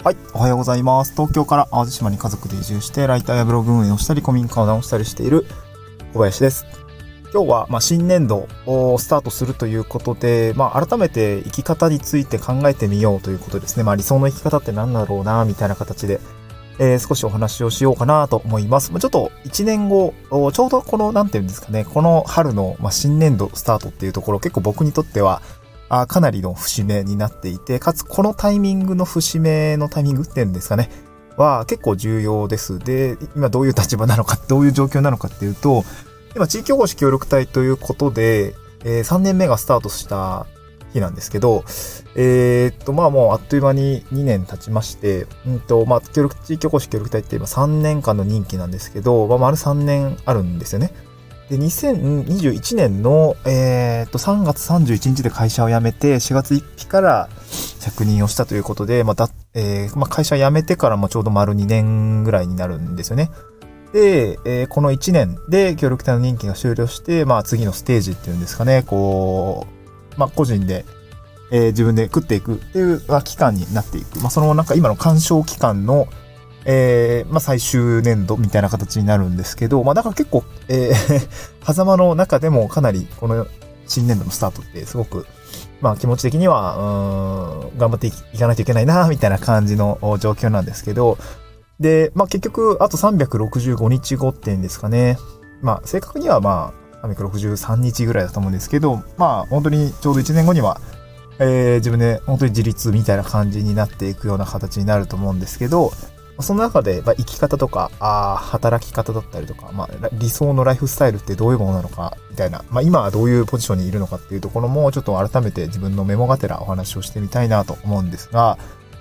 はい、おはようございます。東京から淡路島に家族で移住して、ライターやブログ運営をしたり、古民家を直したりしている小林です。今日は、新年度をスタートするということで、改めて生き方について考えてみようということですね。理想の生き方って何だろうな、みたいな形で、少しお話をしようかなと思います。ちょっと1年後、ちょうどこの、なんていうんですかね、この春の、新年度スタートっていうところ、結構僕にとっては、かなりの節目になっていて、かつこのタイミングの節目のタイミングっていうんですかね、は結構重要です。で、今どういう立場なのか、どういう状況なのかっていうと、今地域おこし協力隊ということで、3年目がスタートした日なんですけど、もうあっという間に2年経ちまして、地域おこし協力隊って今3年間の任期なんですけど、丸3年あるんですよね。で、2021年の、3月31日で会社を辞めて、4月1日から着任をしたということで、会社辞めてからもちょうど丸2年ぐらいになるんですよね。で、この1年で協力隊の任期が終了して、次のステージっていうんですかね、個人で、自分で食っていくっていう期間になっていく。今の鑑賞期間の最終年度みたいな形になるんですけど、だから結構、狭間の中でもかなりこの新年度のスタートってすごく、気持ち的には、頑張っていかないといけないな、みたいな感じの状況なんですけど、で、結局、あと365日後っていうんですかね。正確には363日ぐらいだと思うんですけど、本当にちょうど1年後には、自分で本当に自立みたいな感じになっていくような形になると思うんですけど、その中で、生き方とか、働き方だったりとか、理想のライフスタイルってどういうものなのか、みたいな、今はどういうポジションにいるのかっていうところも、ちょっと改めて自分のメモがてらお話をしてみたいなと思うんですが、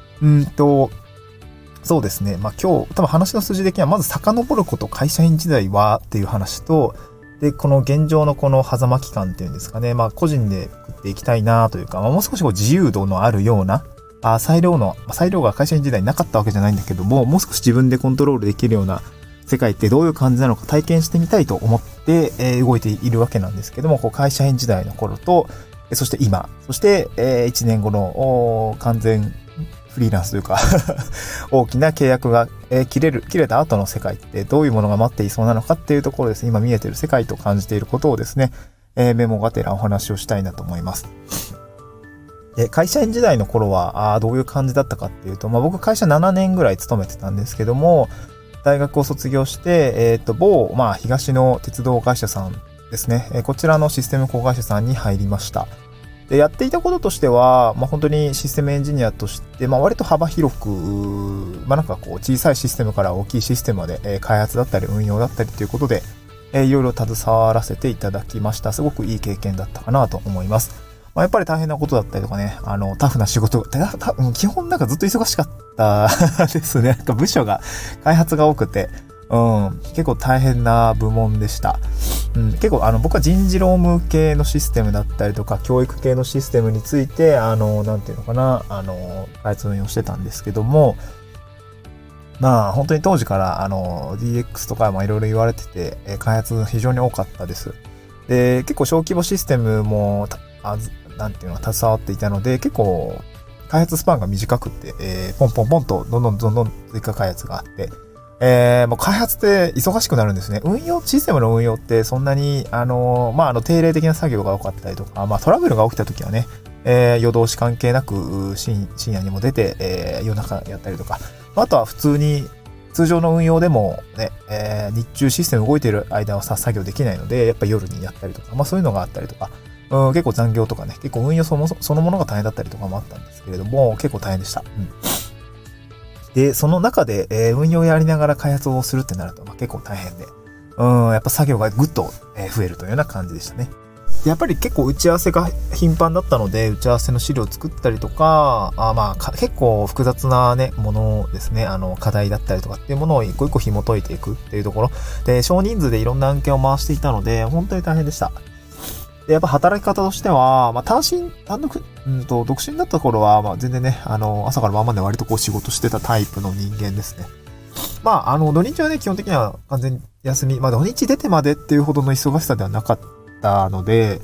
そうですね。今日、多分話の筋的には、まず遡ること、会社員時代はっていう話と、で、この現状のこの狭間期間っていうんですかね、個人で食っていきたいなというか、もう少し自由度のあるような、裁量が会社員時代になかったわけじゃないんだけども、もう少し自分でコントロールできるような世界ってどういう感じなのか体験してみたいと思って、動いているわけなんですけども、会社員時代の頃と、そして今、そして、1年後の完全フリーランスというか大きな契約が、切れた後の世界ってどういうものが待っていそうなのかっていうところですね、今見えている世界と感じていることをですね、メモがてらお話をしたいなと思います。会社員時代の頃はどういう感じだったかっていうと、僕会社7年ぐらい勤めてたんですけども、大学を卒業して、某、東の鉄道会社さんですね、こちらのシステム工会社さんに入りました。で、やっていたこととしては、本当にシステムエンジニアとして、割と幅広く、小さいシステムから大きいシステムまで、開発だったり運用だったりということで、いろいろ携わらせていただきました。すごくいい経験だったかなと思います。やっぱり大変なことだったりとかね、タフな仕事、基本ずっと忙しかったですね。部署が、開発が多くて、結構大変な部門でした。結構僕は人事労務系のシステムだったりとか、教育系のシステムについて、なんていうのかな、開発運用してたんですけども、本当に当時から、DX とかいろいろ言われてて、開発非常に多かったです。で、結構小規模システムも、携わっていたので、結構、開発スパンが短くて、ポンポンと、どんどん追加開発があって、もう開発って忙しくなるんですね。システムの運用ってそんなに、定例的な作業が多かったりとか、トラブルが起きた時はね、夜通し関係なく深夜にも出て、夜中やったりとか、あとは普通に、通常の運用でもね、日中システム動いている間は作業できないので、やっぱり夜にやったりとか、そういうのがあったりとか、結構残業とかね、結構運用そのものが大変だったりとかもあったんですけれども、結構大変でした。で、その中で、運用やりながら開発をするってなると、結構大変で、やっぱ作業がぐっと、増えるというような感じでしたね。でやっぱり結構打ち合わせが頻繁だったので、打ち合わせの資料を作ったりとか、結構複雑なね、ものですね、課題だったりとかっていうものを一個一個紐解いていくっていうところ。で、少人数でいろんな案件を回していたので、本当に大変でした。で、やっぱ働き方としては、独身だった頃は、全然ね、朝から晩まで割と仕事してたタイプの人間ですね。土日はね、基本的には完全に休み。土日出てまでっていうほどの忙しさではなかったので、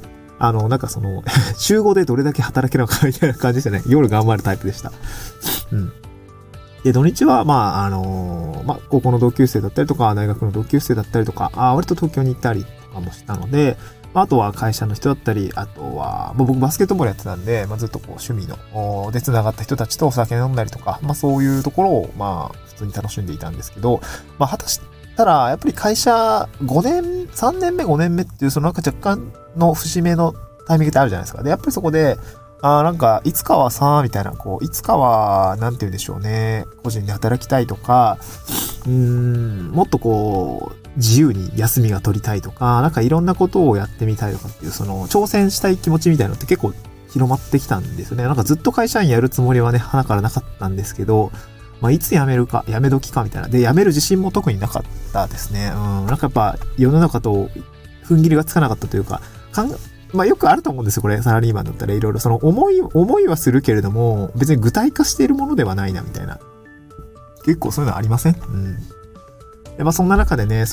週5でどれだけ働けるのかみたいな感じでしたね。夜頑張るタイプでした。 で、土日は、高校の同級生だったりとか、大学の同級生だったりとか、割と東京に行ったりとかもしたので、あとは会社の人だったり、あとは、僕バスケットボールやってたんで、ずっと趣味の、で繋がった人たちとお酒飲んだりとか、そういうところを、普通に楽しんでいたんですけど、果たしたら、やっぱり会社3年目、5年目っていう、若干の節目のタイミングってあるじゃないですか。で、やっぱりそこで、いつかはさ、みたいな、いつかは、なんて言うんでしょうね、個人で働きたいとか、もっと自由に休みが取りたいとか、いろんなことをやってみたいとかっていう、挑戦したい気持ちみたいなのって結構広まってきたんですよね。ずっと会社員やるつもりはね、鼻からなかったんですけど、いつ辞めるか、辞め時かみたいな。で、辞める自信も特になかったですね。やっぱ世の中と踏ん切りがつかなかったというか、よくあると思うんですよ、これ、サラリーマンだったらいろいろ思いはするけれども、別に具体化しているものではないな、みたいな。結構そういうのありません？で、そんな中でね、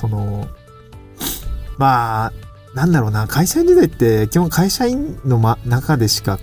なんだろうな、会社員時代って、基本会社員の中でしか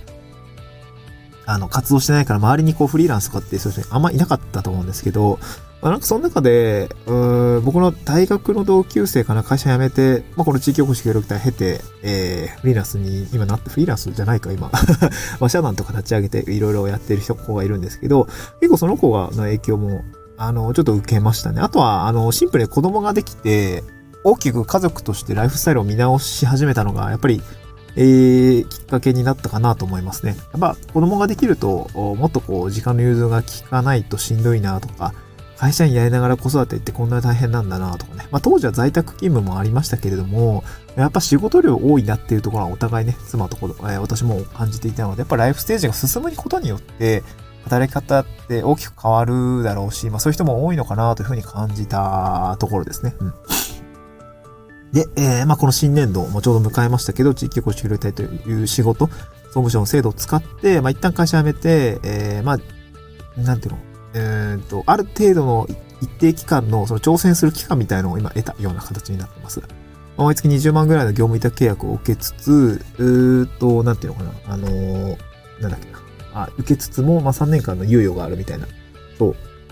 活動してないから周りにフリーランスとかってそういう人あんまいなかったと思うんですけど、その中で、僕の大学の同級生かな、会社辞めて、この地域おこし協力隊経て、フリーランスに今フリーランスじゃないか、今。社団とか立ち上げていろいろやってる子がいるんですけど、結構その子の影響も、ちょっと受けましたね。あとは、シンプルに子供ができて、大きく家族としてライフスタイルを見直し始めたのが、やっぱり、きっかけになったかなと思いますね。やっぱ子供ができると、もっと時間の融通が効かないとしんどいなとか、会社員やりながら子育てってこんなに大変なんだなとかね。当時は在宅勤務もありましたけれども、やっぱ仕事量多いなっていうところはお互いね、妻と私も感じていたので、やっぱライフステージが進むことによって、働き方って大きく変わるだろうし、そういう人も多いのかなというふうに感じたところですね。で、この新年度もちょうど迎えましたけど、地域おこし協力隊という仕事、総務省の制度を使って、一旦会社辞めて、なんていうの、ある程度の一定期間の挑戦する期間みたいのを今得たような形になってます。毎月20万ぐらいの業務委託契約を受けつつ、なんていうのかな、なんだっけな。受けつつも、3年間の猶予があるみたいな。そう。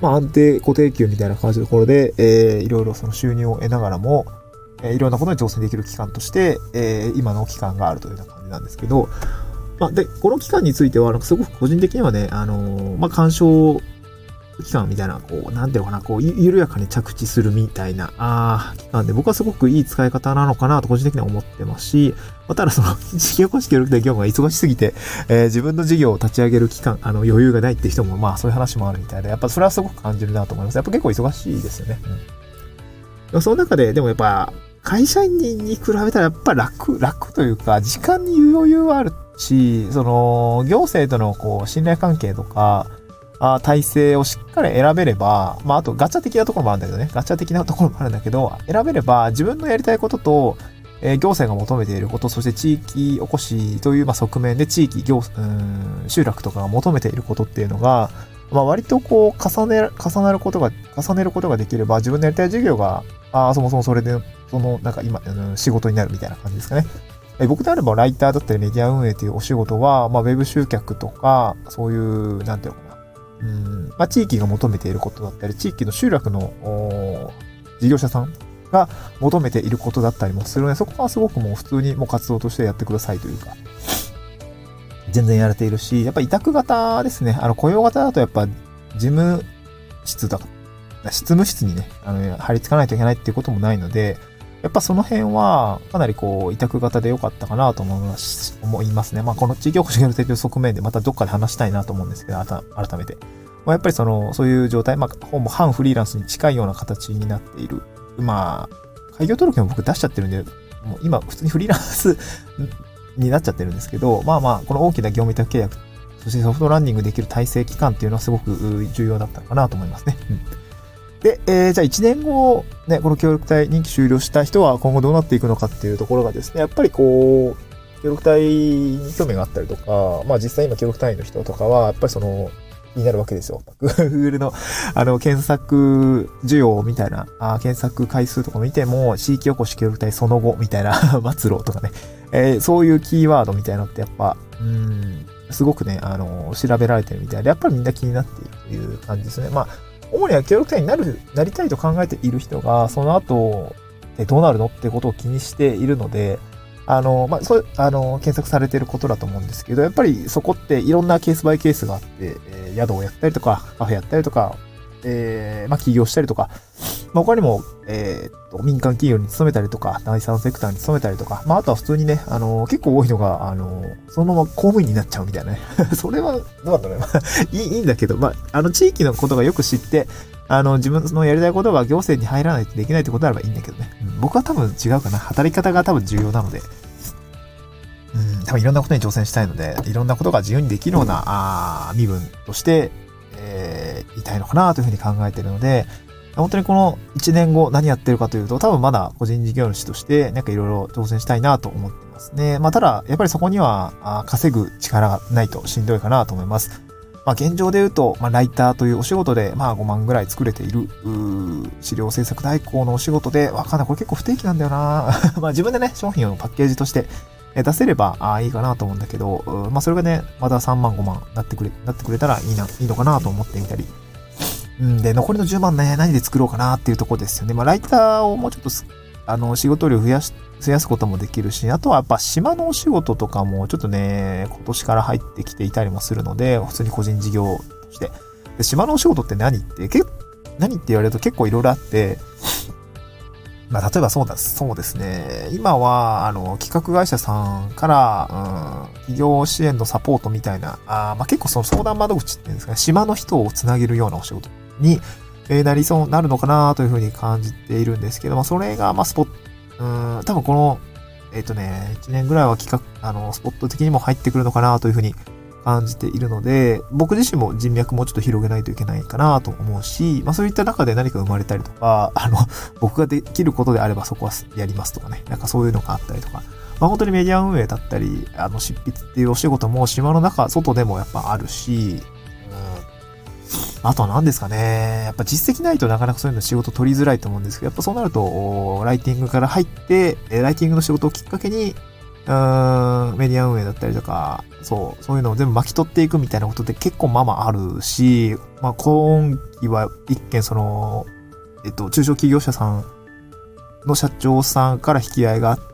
安定、固定給みたいな感じのところで、いろいろ収入を得ながらも、いろんなことに挑戦できる期間として、今の期間があるというような感じなんですけど、で、この期間については、すごく個人的にはね、干渉期間みたいな、なんていうのかな、緩やかに着地するみたいな、期間で、僕はすごくいい使い方なのかなと個人的には思ってますし、ただ地域おこし協力隊業務が忙しすぎて、自分の事業を立ち上げる期間、余裕がないっていう人も、そういう話もあるみたいで、やっぱそれはすごく感じるなと思います。やっぱ結構忙しいですよね。その中で、でもやっぱ、会社員に比べたらやっぱ楽というか、時間に余裕はあるし、行政との信頼関係とか、体制をしっかり選べれば、あとガチャ的なところもあるんだけどね、ガチャ的なところもあるんだけど、選べれば自分のやりたいことと、行政が求めていること、そして地域おこしという側面で地域、集落とかが求めていることっていうのが、割と重ねることができれば、自分のやりたい事業が、そもそもそれで、今、仕事になるみたいな感じですかね。僕であれば、ライターだったりメディア運営というお仕事は、ウェブ集客とか、そういう、なんていうのかな。地域が求めていることだったり、地域の集落の事業者さんが求めていることだったりもするので、そこはすごくもう普通に活動としてやってくださいというか、全然やれているし、やっぱ委託型ですね。雇用型だとやっぱ事務室とか、執務室にね、張り付かないといけないっていうこともないので、やっぱその辺はかなり委託型で良かったかなと思いますね。この地域おこし協力隊という側面でまたどっかで話したいなと思うんですけど、改めて。やっぱりそういう状態、ほぼ半フリーランスに近いような形になっている。開業届も僕出しちゃってるんで、もう今普通にフリーランスになっちゃってるんですけど、この大きな業務委託契約、そしてソフトランディングできる体制期間っていうのはすごく重要だったのかなと思いますね。で、じゃあ1年後、ね、この協力隊任期終了した人は今後どうなっていくのかっていうところがですね、やっぱり協力隊に興味があったりとか、実際今協力隊員の人とかは、やっぱり気になるわけですよ。Google の、検索需要みたいな、検索回数とか見ても、地域おこし協力隊その後みたいな、末路とかね、そういうキーワードみたいなのってやっぱ、 すごくね、調べられてるみたいで、やっぱりみんな気になっているという感じですね。まあ、主には協力隊になりたいと考えている人が、その後、どうなるのってことを気にしているので、まあ、検索されていることだと思うんですけど、やっぱりそこっていろんなケースバイケースがあって、宿をやったりとか、カフェやったりとか、まあ、起業したりとか、まあ、他にも、民間企業に勤めたりとか、第三セクターに勤めたりとか、まあ、あとは普通にね、結構多いのが、そのまま公務員になっちゃうみたいなね。それは、どうなんだろうね。いいんだけど、まあ、地域のことがよく知って、自分のやりたいことが行政に入らないとできないってことならばいいんだけどね。僕は多分違うかな。働き方が多分重要なので、多分いろんなことに挑戦したいので、いろんなことが自由にできるような、身分として、いたいのかなというふうに考えているので、本当にこの1年後何やってるかというと、多分まだ個人事業主としてなんかいろいろ挑戦したいなと思ってますね。まあただ、やっぱりそこには稼ぐ力がないとしんどいかなと思います。まあ現状で言うと、まあライターというお仕事で、まあ5万ぐらい作れている、資料制作代行のお仕事で、わかんない。これ結構不定期なんだよなまあ自分でね、商品をパッケージとして出せればいいかなと思うんだけど、まあそれがね、まだ3万5万なってくれたらいいのかなと思ってみたり。で、残りの10万ね、何で作ろうかなっていうところですよね。まあライターをもうちょっと仕事量増やすこともできるし、あとはやっぱ島のお仕事とかもちょっとね、今年から入ってきていたりもするので、普通に個人事業として。で、島のお仕事って何って言われると結構いろいろあって、まあ、例えばそうですね。今は、企画会社さんから、企業支援のサポートみたいな、まあ、結構その相談窓口っていうんですかね、島の人をつなげるようなお仕事に、なるのかなというふうに感じているんですけども、それが、まあ、多分この、1年ぐらいはスポット的にも入ってくるのかなというふうに感じているので、僕自身も人脈もうちょっと広げないといけないかなと思うし、まあそういった中で何か生まれたりとか、僕ができることであればそこはやりますとかね、なんかそういうのがあったりとか、まあ本当にメディア運営だったり、執筆っていうお仕事も島の外でもやっぱあるし、あとは何ですかね。やっぱ実績ないとなかなかそういうの仕事取りづらいと思うんですけど、やっぱそうなると、ライティングから入って、ライティングの仕事をきっかけに、メディア運営だったりとか、そういうのを全部巻き取っていくみたいなことって結構まあまああるし、まあ今期は一件中小企業者さんの社長さんから引き合いがあって、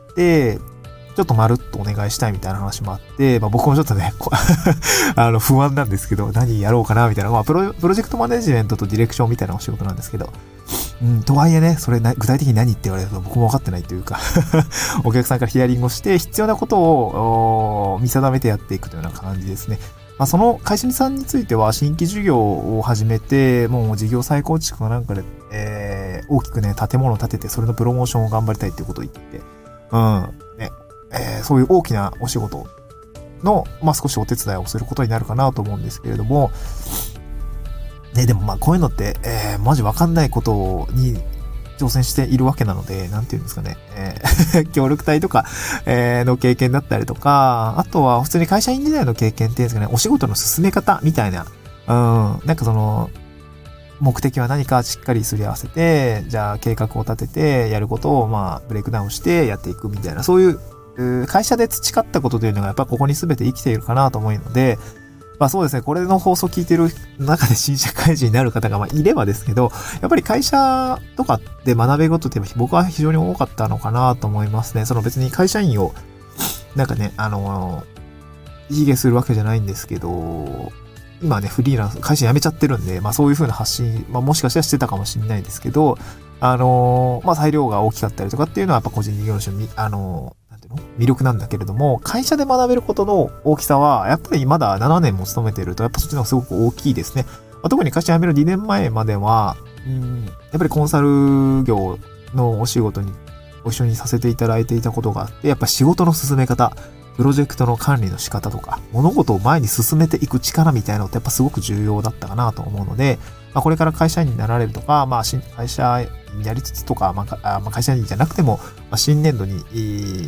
ちょっとまるっとお願いしたいみたいな話もあって、まあ僕もちょっとね、不安なんですけど、何やろうかなみたいな、まあプロジェクトマネジメントとディレクションみたいなお仕事なんですけど、とはいえね、それ具体的に何って言われると僕も分かってないというかお客さんからヒアリングをして必要なことを見定めてやっていくというような感じですね。まあ、その会社さんについては新規事業を始めて、もう事業再構築かなんかで、大きくね、建物を建ててそれのプロモーションを頑張りたいっていうことを言ってて、そういう大きなお仕事の、まあ、少しお手伝いをすることになるかなと思うんですけれども、ね、でもまあこういうのって、マジわかんないことに挑戦しているわけなので、なんていうんですかね、協力隊とか、の経験だったりとか、あとは普通に会社員時代の経験っていうんですかね、お仕事の進め方みたいな、なんかその、目的は何かしっかりすり合わせて、じゃあ計画を立てて、やることをまあブレイクダウンしてやっていくみたいな、そういう会社で培ったことというのがやっぱここに全て生きているかなと思うので、まあそうですね、これの放送聞いてる中で新社会人になる方がまあいればですけど、やっぱり会社とかで学べることって僕は非常に多かったのかなと思いますね。その別に会社員をなんかね、卑下するわけじゃないんですけど、今ね、フリーランス、会社辞めちゃってるんで、まあそういう風な発信、まあもしかしたらしてたかもしれないですけど、まあ裁量が大きかったりとかっていうのはやっぱ個人事業主の魅力なんだけれども、会社で学べることの大きさは、やっぱりまだ7年も勤めてると、やっぱそっちの方がすごく大きいですね。まあ、特に会社辞める2年前までは、やっぱりコンサル業のお仕事にご一緒にさせていただいていたことがあって、やっぱ仕事の進め方、プロジェクトの管理の仕方とか、物事を前に進めていく力みたいなのってやっぱすごく重要だったかなと思うので、まあ、これから会社員になられるとか、まあ、会社員やりつつとか、まあ、会社員じゃなくても、まあ、新年度に、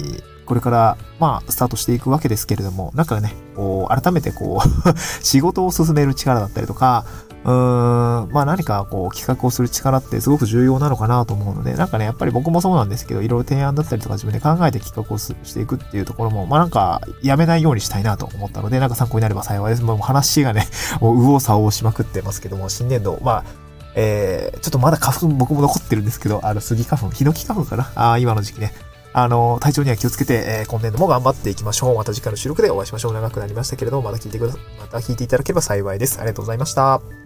これから、スタートしていくわけですけれども、なんかね、改めて仕事を進める力だったりとか、何か企画をする力ってすごく重要なのかなと思うので、なんかね、やっぱり僕もそうなんですけど、いろいろ提案だったりとか自分で考えて企画をしていくっていうところも、なんかやめないようにしたいなと思ったので、なんか参考になれば幸いです。もう話がね、もう右往左往しまくってますけども、新年度、ちょっとまだ花粉僕も残ってるんですけど、スギ花粉、ヒノキ花粉かな今の時期ね。体調には気をつけて、今年度も頑張っていきましょう。また次回の収録でお会いしましょう。長くなりましたけれども、また聞いていただければ幸いです。ありがとうございました。